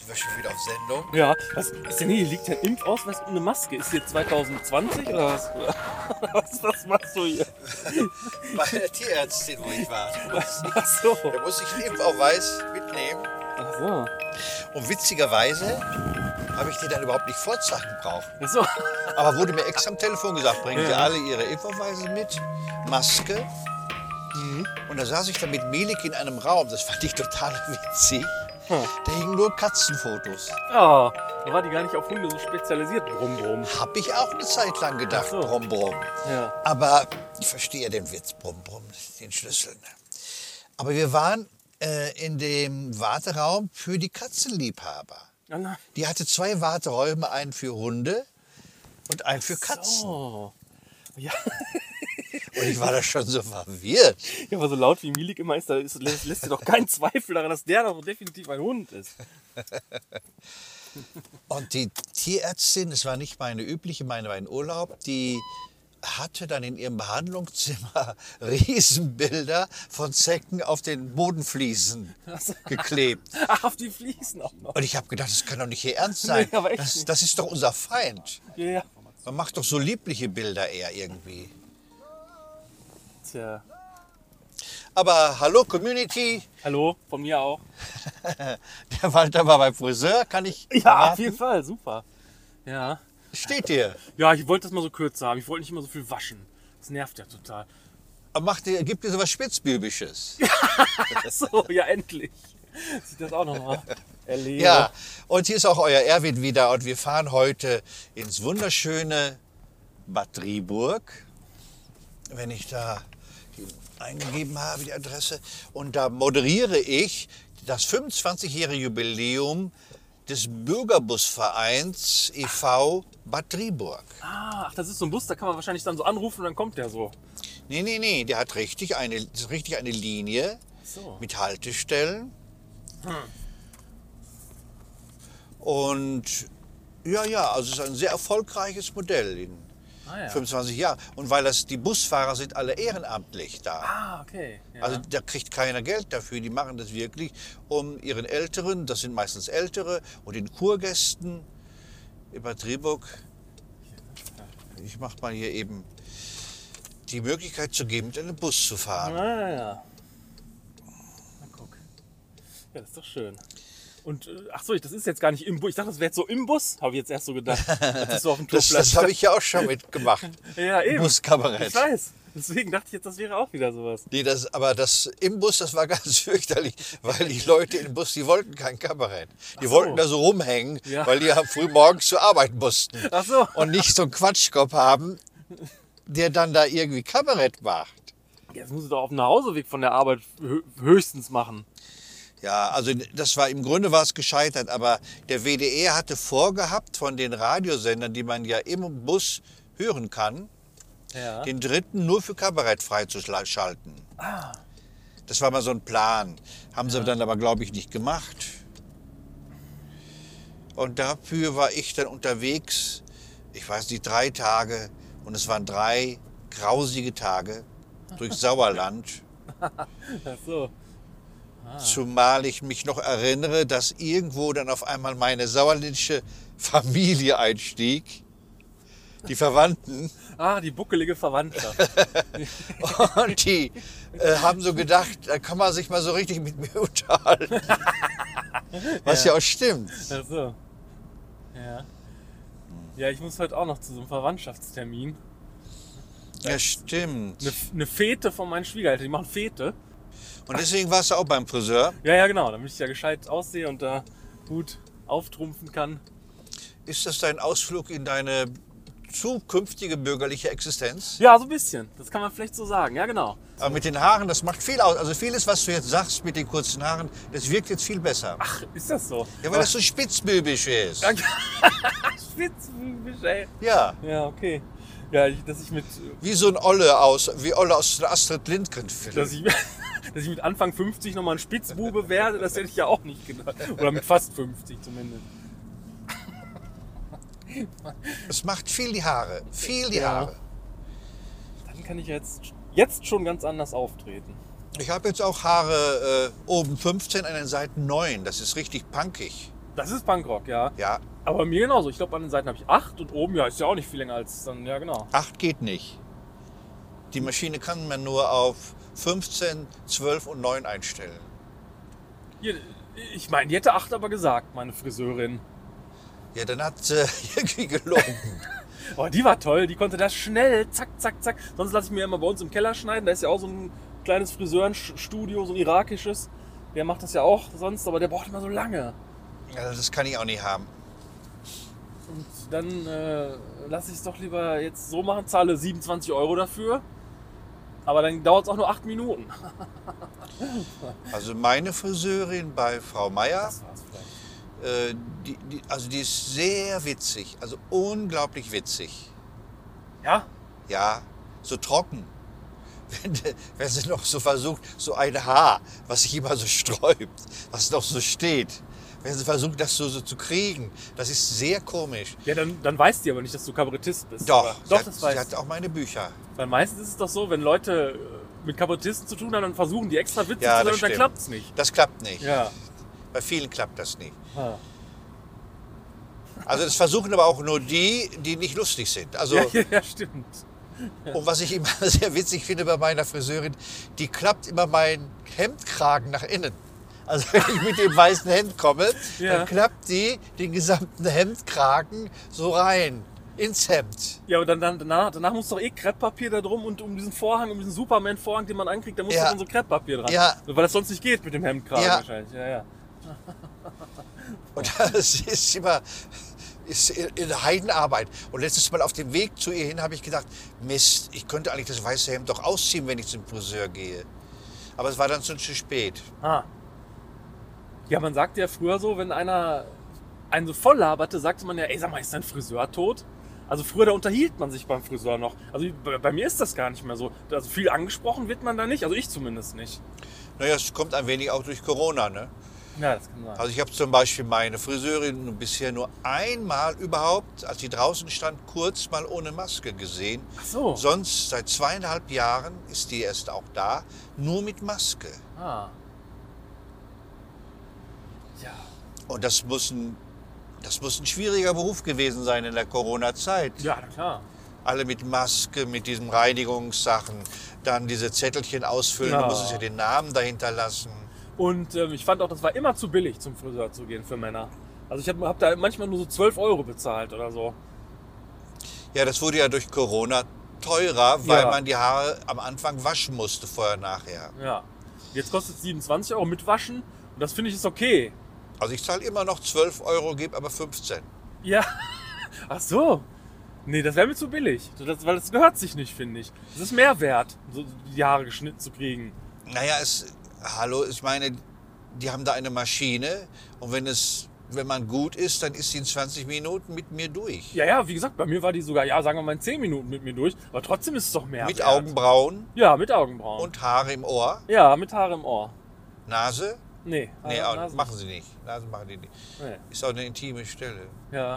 Wir schon wieder auf Sendung. Ja, was ist denn hier? Liegt ein Impfausweis und eine Maske? Ist hier 2020 oder was? Was machst du hier? Bei der Tierärztin, wo ich war. Ach so. Da muss ich einen Impfausweis mitnehmen. Ach so. Und witzigerweise habe ich die dann überhaupt nicht vorzeigen brauchen. Ach so. Aber wurde mir extra am Telefon gesagt, bringen Sie Ja. alle Ihre Impfausweise mit, Maske. Und da saß ich dann mit Melik in einem Raum, das fand ich total witzig. Da hingen nur Katzenfotos. Ah, da war die gar nicht auf Hunde so spezialisiert. Brumm, brumm. Hab ich auch eine Zeit lang gedacht, Ach so. brumm, brumm. Ja. Aber ich verstehe den Witz, brumm, brumm, den Schlüssel. Aber wir waren in dem Warteraum für die Katzenliebhaber. Ah, nein. Die hatte 2 Warteräume, einen für Hunde und einen für Katzen. Oh. Ja. Und ich war da schon so verwirrt. Ja, aber so laut wie Milik immer ist, lässt dir doch keinen Zweifel daran, dass der doch definitiv ein Hund ist. Und die Tierärztin, das war nicht meine übliche, meine war in Urlaub, die hatte dann in ihrem Behandlungszimmer Riesenbilder von Zecken auf den Bodenfliesen geklebt. Ach, auf die Fliesen auch noch. Und ich habe gedacht, das kann doch nicht hier ernst sein. Nee, aber echt nicht. Das ist doch unser Feind. Ja. Man macht doch so liebliche Bilder eher irgendwie. Tja. Aber hallo Community, Hallo, von mir auch. der Walter war beim Friseur, kann ich Ja, auf verraten? jeden Fall, super. Ja. Steht hier. Ja, ich wollte das mal so kürzer haben. Ich wollte nicht immer so viel waschen. Das nervt ja total. Aber gibt dir sowas Spitzbübisches? So, ja, endlich. Dass ich das auch nochmal erlebe. Ja, und hier ist auch euer Erwin wieder und wir fahren heute ins wunderschöne Bad Driburg. Wenn ich da eingegeben habe, die Adresse. Und da moderiere ich das 25-jährige Jubiläum des Bürgerbusvereins e.V. Bad Driburg. Ah, ach, das ist so ein Bus, da kann man wahrscheinlich dann so anrufen und dann kommt der so. Nee, der hat das ist richtig eine Linie So. mit Haltestellen. Und ja, also es ist ein sehr erfolgreiches Modell in Ah, ja. 25 Jahren. Und weil die Busfahrer sind alle ehrenamtlich da. Ah, okay. Ja. Also da kriegt keiner Geld dafür. Die machen das wirklich, um ihren Älteren, das sind meistens Ältere, und den Kurgästen in Bad Driburg, ich mache mal hier eben die Möglichkeit zu geben, mit einem Bus zu fahren. Ah, ja. Na, guck. Ja, das ist doch schön. Und, ach so, das ist jetzt gar nicht im Bus. Ich dachte, das wäre jetzt so im Bus, habe ich jetzt erst so gedacht. Als du auf dem Das habe ich ja auch schon mitgemacht. Ja, eben. Buskabarett. Ich weiß. Deswegen dachte ich jetzt, das wäre auch wieder sowas. Nee, aber das im Bus, das war ganz fürchterlich, weil die Leute im Bus, die wollten kein Kabarett. Die so. wollten da so rumhängen, Ja. weil die ja früh morgens zur Arbeit mussten. Ach so. Und nicht so einen Quatschkopf haben, der dann da irgendwie Kabarett macht. Jetzt musst du doch auf dem Nachhauseweg von der Arbeit höchstens machen. Ja, also im Grunde war es gescheitert, aber der WDR hatte vorgehabt, von den Radiosendern, die man ja im Bus hören kann, Ja. den dritten nur für Kabarett freizuschalten. Ah. Das war mal so ein Plan. Haben sie dann aber, glaube ich, nicht gemacht. Und dafür war ich dann unterwegs, ich weiß nicht, 3 Tage. Und es waren 3 grausige Tage durch Sauerland. Ach so. Zumal ich mich noch erinnere, dass irgendwo dann auf einmal meine sauerländische Familie einstieg. Die Verwandten. Ah, die buckelige Verwandtschaft. Und die haben so gedacht, da kann man sich mal so richtig mit mir unterhalten. Was ja auch stimmt. Ach so. Ja. Ja, ich muss heute auch noch zu so einem Verwandtschaftstermin. Ja, stimmt. Eine Fete von meinen Schwiegereltern, die machen Fete. Und deswegen warst du auch beim Friseur. Ja, genau, damit ich ja gescheit aussehe und da gut auftrumpfen kann. Ist das dein Ausflug in deine zukünftige bürgerliche Existenz? Ja, so ein bisschen. Das kann man vielleicht so sagen. Ja, genau. Aber mit den Haaren, das macht viel aus. Also vieles, was du jetzt sagst mit den kurzen Haaren, das wirkt jetzt viel besser. Ach, ist das so? Ja, weil das so spitzbübisch ist. Spitzbübisch, ey. Ja, Ja, okay. Ja, dass ich mit wie so ein Olle aus der Astrid Lindgren-Film. dass ich mit Anfang 50 nochmal ein Spitzbube werde, das hätte ich ja auch nicht gedacht. Oder mit fast 50 zumindest. Es macht viel die Haare, viel die Ja. Haare. Dann kann ich jetzt schon ganz anders auftreten. Ich habe jetzt auch Haare oben 15, an den Seiten 9. Das ist richtig punkig. Das ist Punkrock, ja. Ja, Aber bei mir genauso. Ich glaube, an den Seiten habe ich 8 und oben, ja, ist ja auch nicht viel länger als dann, ja genau. 8 geht nicht. Die Maschine kann man nur auf 15, 12 und 9 einstellen. Hier, ich meine, die hätte 8 aber gesagt, meine Friseurin. Ja, dann hat sie irgendwie gelogen. Aber die war toll, die konnte das schnell, zack, zack, zack. Sonst lasse ich mir immer bei uns im Keller schneiden. Da ist ja auch so ein kleines Friseurenstudio, so ein irakisches. Der macht das ja auch sonst, aber der braucht immer so lange. Ja, das kann ich auch nicht haben. Und dann lasse ich es doch lieber jetzt so machen, zahle 27 € dafür. Aber dann dauert es auch nur 8 Minuten. Also meine Friseurin bei Frau Meier, Das war's vielleicht. die ist sehr witzig, also unglaublich witzig. Ja? Ja, so trocken. Wenn sie noch so versucht, so ein Haar, was sich immer so sträubt, was noch so steht, wenn sie versucht, das so zu kriegen, das ist sehr komisch. Ja, dann weiß die aber nicht, dass du Kabarettist bist. Doch, Oder? Doch, das sie weiß hat auch meine Bücher. Weil meistens ist es doch so, wenn Leute mit Kabarettisten zu tun haben, dann versuchen die extra witzig Ja, zu sein das und dann stimmt. klappt es nicht. Das klappt nicht. Ja. Bei vielen klappt das nicht. Ah. Also das versuchen aber auch nur die nicht lustig sind. Also, Ja, stimmt. und was ich immer sehr witzig finde bei meiner Friseurin, die klappt immer meinen Hemdkragen nach innen. Also wenn ich mit dem weißen Hemd komme, Ja. dann klappt die den gesamten Hemdkragen so rein ins Hemd. Ja, aber danach muss doch eh Krepppapier da drum und um diesen Vorhang, um diesen Superman-Vorhang, den man ankriegt, da muss Ja. doch dann so Krepppapier dran. Ja. Weil das sonst nicht geht mit dem Hemdkragen Ja. wahrscheinlich. Ja. Und das ist immer in Heidenarbeit. Und letztes Mal auf dem Weg zu ihr hin habe ich gedacht, Mist, ich könnte eigentlich das weiße Hemd doch ausziehen, wenn ich zum Friseur gehe. Aber es war dann schon zu spät. Ah. Ja, man sagte ja früher so, wenn einer einen so voll laberte, sagte man ja, ey, sag mal, ist dein Friseur tot? Also früher, da unterhielt man sich beim Friseur noch. Also bei mir ist das gar nicht mehr so. Also viel angesprochen wird man da nicht, also ich zumindest nicht. Naja, es kommt ein wenig auch durch Corona, ne? Ja, das kann sein. Also ich habe zum Beispiel meine Friseurin bisher nur einmal überhaupt, als sie draußen stand, kurz mal ohne Maske gesehen. Ach so. Sonst seit 2,5 Jahren ist die erst auch da, nur mit Maske. Ah. Ja. Und das muss ein schwieriger Beruf gewesen sein in der Corona-Zeit. Ja, na klar. Alle mit Maske, mit diesen Reinigungssachen, dann diese Zettelchen ausfüllen, Ja. du musstest ja den Namen dahinter lassen. Und ich fand auch, das war immer zu billig, zum Friseur zu gehen für Männer. Also ich hab da manchmal nur so 12 € bezahlt oder so. Ja, das wurde ja durch Corona teurer, weil Ja. man die Haare am Anfang waschen musste, vorher, nachher. Ja. Jetzt kostet es 27 € mit Waschen und das finde ich ist okay. Also ich zahle immer noch 12 €, gebe aber 15. Ja. Ach so. Nee, das wäre mir zu billig. Weil das gehört sich nicht, finde ich. Das ist mehr wert, so die Haare geschnitten zu kriegen. Naja, ich meine, die haben da eine Maschine und wenn man gut ist, dann ist sie in 20 Minuten mit mir durch. Ja, wie gesagt, bei mir war die sogar, ja, sagen wir mal in 10 Minuten mit mir durch. Aber trotzdem ist es doch mehr Mit wert. Augenbrauen Ja, mit Augenbrauen. und Haare im Ohr. Ja, mit Haare im Ohr. Nase? Nee, Nee, Nase machen sie nicht. Nase machen die nicht. Nee. Ist auch eine intime Stelle. Ja.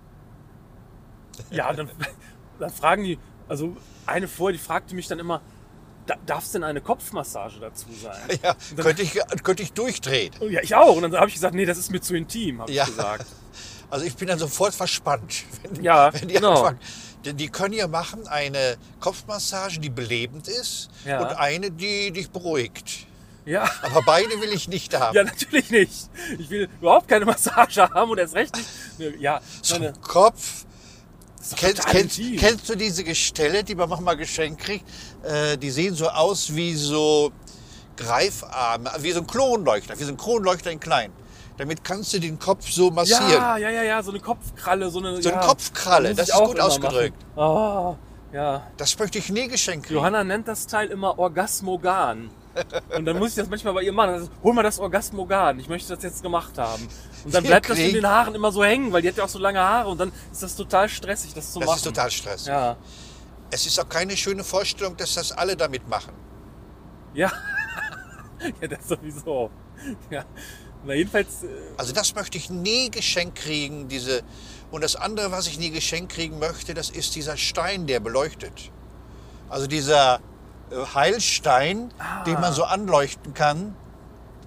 Ja, dann fragen die, also eine vorher, die fragte mich dann immer, darf es denn eine Kopfmassage dazu sein? Ja, könnte ich durchdrehen. Und ja, ich auch. Und dann habe ich gesagt, nee, das ist mir zu intim, habe Ja. ich gesagt. Also ich bin dann sofort verspannt, Ja, wenn die genau. anfangen. Denn die können ja machen eine Kopfmassage, die belebend ist Ja. und eine, die dich beruhigt. Ja. Aber beide will ich nicht haben. Ja, natürlich nicht. Ich will überhaupt keine Massage haben und erst recht nicht. Ja, Zum meine, Kopf. das ist doch total intim. Kennst du diese Gestelle, die man manchmal geschenkt kriegt? Die sehen so aus wie so Greifarme, wie so ein Kronleuchter, wie so ein Kronleuchter in klein. Damit kannst du den Kopf so massieren. Ja, so eine Kopfkralle, so eine So eine Kopfkralle, muss das ich ist auch gut immer ausgedrückt. machen. Ah, ja. Das möchte ich nie geschenkt kriegen. Johanna nennt das Teil immer Orgasmogan. Und dann muss ich das manchmal bei ihr machen. Also, hol mal das Orgasmogan, ich möchte das jetzt gemacht haben. Und dann bleibt das in den Haaren immer so hängen, weil die hat ja auch so lange Haare und dann ist das total stressig, das zu machen. Das ist total stressig. Ja. Es ist auch keine schöne Vorstellung, dass das alle damit machen. Ja. Ja, das sowieso. Ja. Na, jedenfalls. Also das möchte ich nie geschenkt kriegen. Und das andere, was ich nie geschenkt kriegen möchte, das ist dieser Stein, der beleuchtet. Also dieser Heilstein, den man so anleuchten kann.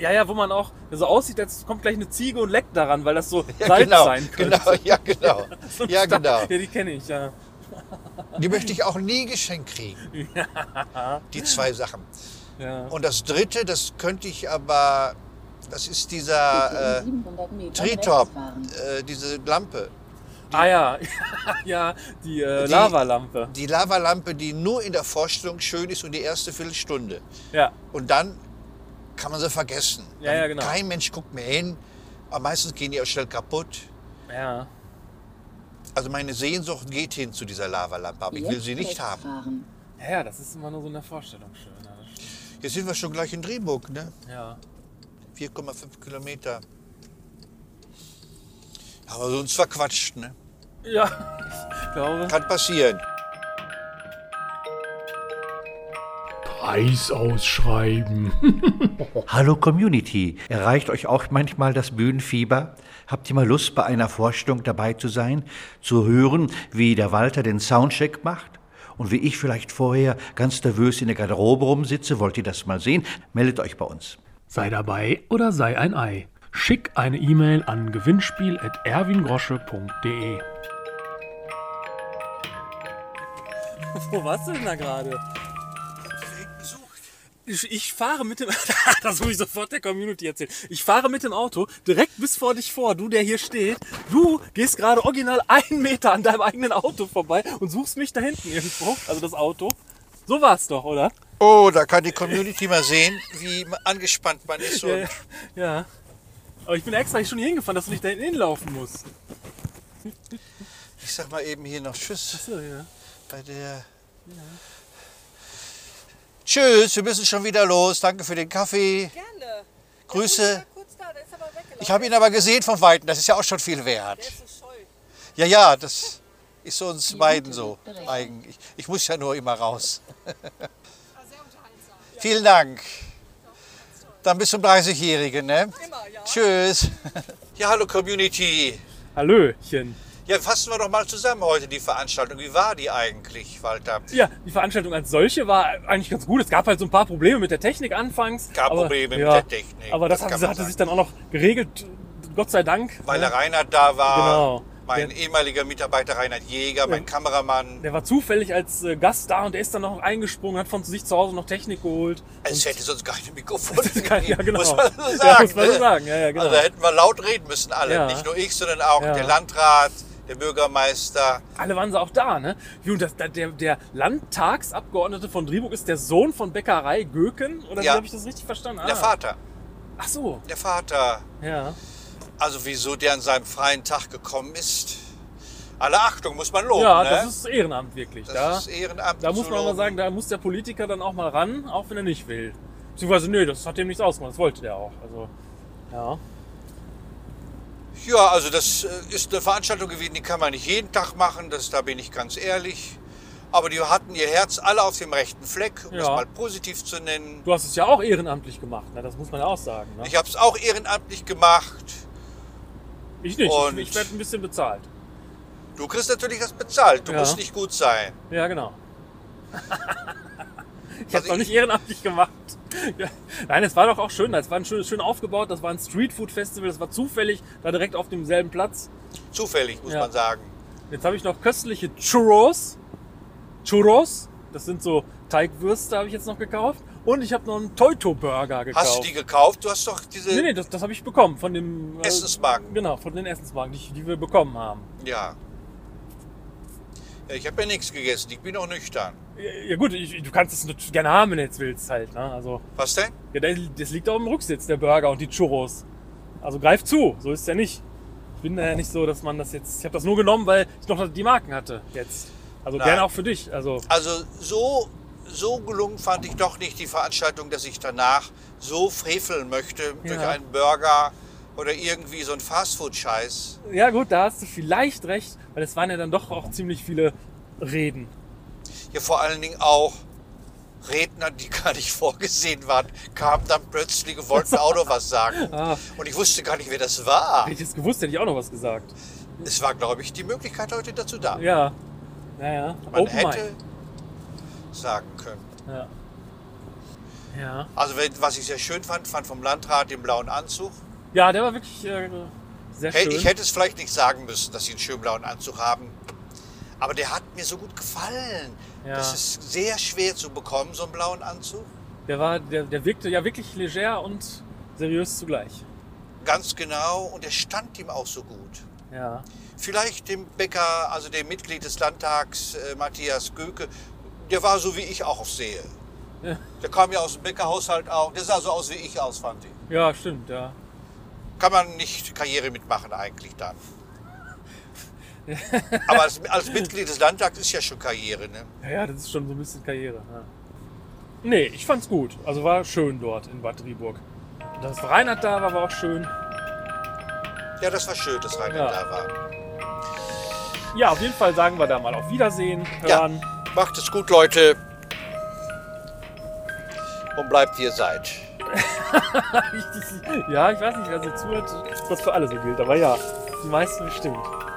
Ja, wo man auch so aussieht, als kommt gleich eine Ziege und leckt daran, weil das so Ja, Salz genau, sein könnte. genau. So ein Ja, Stab- genau. Ja, die kenne ich, ja. Die möchte ich auch nie geschenkt kriegen. Die 2 Sachen. Ja. Und das dritte, das könnte ich aber, das ist dieser Treetop, diese Lampe. Ja, ja, die Lavalampe. Die Lavalampe, die nur in der Vorstellung schön ist und die erste Viertelstunde. Ja, Und dann kann man sie vergessen. Ja, genau. Kein Mensch guckt mehr hin, aber meistens gehen die auch schnell kaputt. ja. Also meine Sehnsucht geht hin zu dieser Lavalampe, aber ich will sie nicht haben. Ja, das ist immer nur so in der Vorstellung schön. Ja, das stimmt. Jetzt sind wir schon gleich in Driburg, ne? Ja. 4,5 Kilometer. Aber so uns verquatscht, ne? Ja, ich glaube. Kann passieren. Preis ausschreiben. Hallo Community, erreicht euch auch manchmal das Bühnenfieber? Habt ihr mal Lust, bei einer Vorstellung dabei zu sein, zu hören, wie der Walter den Soundcheck macht? Und wie ich vielleicht vorher ganz nervös in der Garderobe rumsitze, wollt ihr das mal sehen? Meldet euch bei uns. Sei dabei oder sei ein Ei. Schick eine E-Mail an gewinnspiel@erwingrosche.de. Wo warst du denn da gerade? Ich fahre mit dem... Das muss ich sofort der Community erzählen. Ich fahre mit dem Auto direkt bis vor dich vor, du, der hier steht. Du gehst gerade original 1 Meter an deinem eigenen Auto vorbei und suchst mich da hinten irgendwo, also das Auto. So war's doch, oder? Oh, da kann die Community mal sehen, wie angespannt man ist. Ja, Und ja. Aber ich bin extra schon hier hingefahren, dass du nicht da hinten hinlaufen musst. ich sag mal eben hier noch Tschüss So, ja. bei der... Tschüss, wir müssen schon wieder los. Danke für den Kaffee. Gerne. Grüße. Der kurz da, der ist aber weggelaufen. Ich habe ihn aber gesehen von Weitem, das ist ja auch schon viel wert. Der ist so scheu. Ja, das ist uns beiden so eigentlich. Ich muss ja nur immer raus. Sehr unterhaltsam. Vielen Dank. Dann bis zum 30-Jährigen, ne? Immer, ja. Tschüss. Ja, hallo Community. Hallöchen. Ja, fassen wir doch mal zusammen heute die Veranstaltung. Wie war die eigentlich, Walter? Ja, die Veranstaltung als solche war eigentlich ganz gut. Es gab halt so ein paar Probleme mit der Technik anfangs. Gab aber, Probleme mit ja, der Technik, Aber das das kann hatte man sich sagen. dann auch noch geregelt, Gott sei Dank. Weil der Reinhard da war, Genau. mein ehemaliger Mitarbeiter Reinhard Jäger, mein Kameramann. Der war zufällig als Gast da und der ist dann noch eingesprungen, hat von sich zu Hause noch Technik geholt. Es hätte sonst gar keine Mikrofone Ja, genau. muss man so Ja, sagen. muss man so ne? sagen. Ja, genau. Also da hätten wir laut reden müssen alle. Ja. Nicht nur ich, sondern auch Ja. der Landrat, der Bürgermeister. Alle waren sie auch da, ne? Und der Landtagsabgeordnete von Driburg ist der Sohn von Bäckerei Göken? Oder Ja. wie habe ich das richtig verstanden? Der Vater. Ach so, Der Vater. ja. Also wieso der an seinem freien Tag gekommen ist. Alle Achtung, muss man loben. Ja, ne? das ist Ehrenamt wirklich. Das ist Ehrenamt. Da muss zu man mal loben. sagen, da muss der Politiker dann auch mal ran, auch wenn er nicht will. Beziehungsweise, nö, das hat dem nichts ausgemacht, das wollte der auch. Also, ja. Ja, also das ist eine Veranstaltung gewesen, die kann man nicht jeden Tag machen, da bin ich ganz ehrlich. Aber die hatten ihr Herz alle auf dem rechten Fleck, um das Ja. mal positiv zu nennen. Du hast es ja auch ehrenamtlich gemacht, ne? Das muss man ja auch sagen. Ne? Ich habe es auch ehrenamtlich gemacht. Ich nicht, Und- ich werde ein bisschen bezahlt. Du kriegst natürlich das bezahlt, du Ja. musst nicht gut sein. Ja, genau. Ich habe Also es auch nicht ehrenamtlich gemacht. Ja. Nein, es war doch auch schön. Es war ein schön aufgebaut. Das war ein Streetfood-Festival. Das war zufällig da direkt auf demselben Platz. Zufällig, muss Ja. man sagen. Jetzt habe ich noch köstliche Churros. Churros, das sind so Teigwürste, habe ich jetzt noch gekauft. Und ich habe noch einen Teuto-Burger gekauft. Hast du die gekauft? Du hast doch diese... Nee, das habe ich bekommen von dem... Essensmarken. Genau, von den Essensmarken, die wir bekommen haben. Ja. Ja, ich habe ja nichts gegessen, ich bin auch nüchtern. Ja gut, du kannst es natürlich gerne haben, wenn du jetzt willst halt. Ne? Also, Was denn? ja, das liegt auch im Rücksitz, der Burger und die Churros. Also greif zu, so ist es ja nicht. Ich bin da ja nicht so, dass man das jetzt... Ich habe das nur genommen, weil ich noch die Marken hatte jetzt. Also Nein. gerne auch für dich. Also Also so gelungen fand ich doch nicht die Veranstaltung, dass ich danach so freveln möchte durch Ja. einen Burger oder irgendwie so einen Fastfood-Scheiß. ja gut, da hast du vielleicht recht, weil es waren ja dann doch auch ziemlich viele Reden. Ja, vor allen Dingen auch Redner, die gar nicht vorgesehen waren, kamen dann plötzlich und wollten auch noch was sagen. Ah. Und ich wusste gar nicht, wer das war. Hätte ich es gewusst, hätte ich auch noch was gesagt. Es war, glaube ich, die Möglichkeit heute dazu da. Ja. Naja. Man Open hätte Mic. sagen können. Ja. Ja. Also was ich sehr schön fand vom Landrat den blauen Anzug. Ja, der war wirklich sehr schön. Ich hätte es vielleicht nicht sagen müssen, dass sie einen schönen blauen Anzug haben. Aber der hat mir so gut gefallen. Ja. Das ist sehr schwer zu bekommen, so einen blauen Anzug. Der wirkte ja wirklich leger und seriös zugleich. Ganz genau. Und der stand ihm auch so gut. Ja. Vielleicht dem Bäcker, also dem Mitglied des Landtags, Matthias Göke, der war so wie ich auch aussehe. Ja. Der kam ja aus dem Bäckerhaushalt auch. Der sah so aus wie ich aus, fand ich. Ja, stimmt, ja. Kann man nicht Karriere mitmachen eigentlich dann. Aber als Mitglied des Landtags ist ja schon Karriere, ne? Ja, das ist schon so ein bisschen Karriere. Ja. Nee, ich fand's gut. Also war schön dort in Bad Driburg. Dass Reinhard da war auch schön. Ja, das war schön, dass Reinhard Ja. da war. Ja, auf jeden Fall sagen wir da mal auf Wiedersehen, Ja, hören. macht es gut, Leute. Und bleibt, wie ihr seid. Ja, ich weiß nicht, wer so zuhört, was für alle so gilt. Aber ja, die meisten bestimmt.